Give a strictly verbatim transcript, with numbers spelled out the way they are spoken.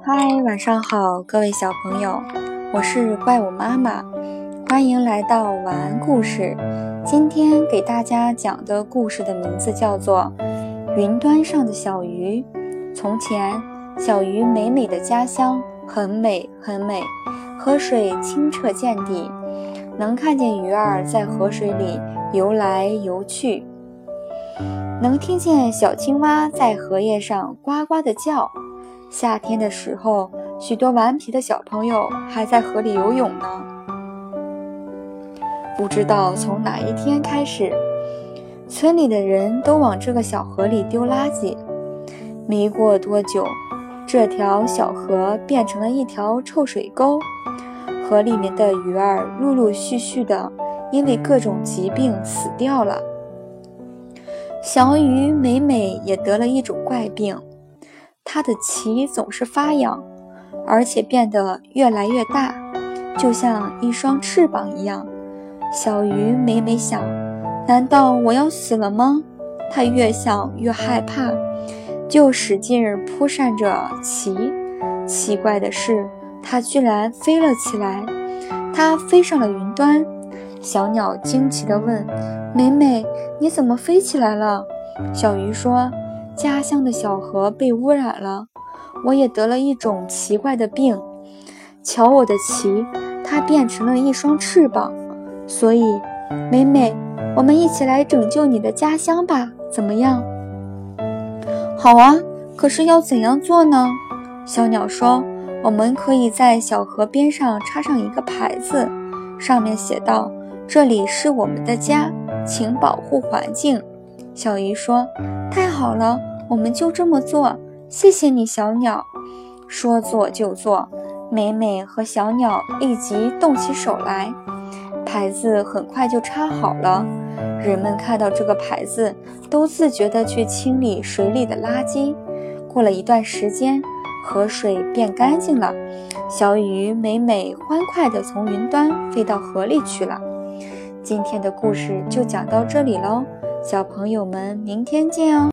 嗨，晚上好，各位小朋友，我是怪物妈妈，欢迎来到晚安故事。今天给大家讲的故事的名字叫做云端上的小鱼。从前，小鱼美美的家乡很美很美，河水清澈见底，能看见鱼儿在河水里游来游去，能听见小青蛙在荷叶上呱呱地叫。夏天的时候，许多顽皮的小朋友还在河里游泳呢。不知道从哪一天开始，村里的人都往这个小河里丢垃圾。没过多久，这条小河变成了一条臭水沟，河里面的鱼儿陆陆续续的因为各种疾病死掉了。小鱼美美也得了一种怪病，它的鳍总是发痒，而且变得越来越大，就像一双翅膀一样。小鱼美美想，难道我要死了吗？它越想越害怕，就使劲扑扇着鳍。奇怪的是，它居然飞了起来，它飞上了云端。小鸟惊奇地问，美美，你怎么飞起来了？小鱼说，家乡的小河被污染了，我也得了一种奇怪的病。瞧我的鳍，它变成了一双翅膀。所以，美美，我们一起来拯救你的家乡吧，怎么样？好啊，可是要怎样做呢？小鸟说，我们可以在小河边上插上一个牌子，上面写道，这里是我们的家，请保护环境。小鱼说，太好了，我们就这么做，谢谢你，小鸟。说做就做，美美和小鸟立即动起手来，牌子很快就插好了。人们看到这个牌子，都自觉地去清理水里的垃圾。过了一段时间，河水变干净了，小鱼美美欢快地从云端飞到河里去了。今天的故事就讲到这里喽，小朋友们，明天见哦。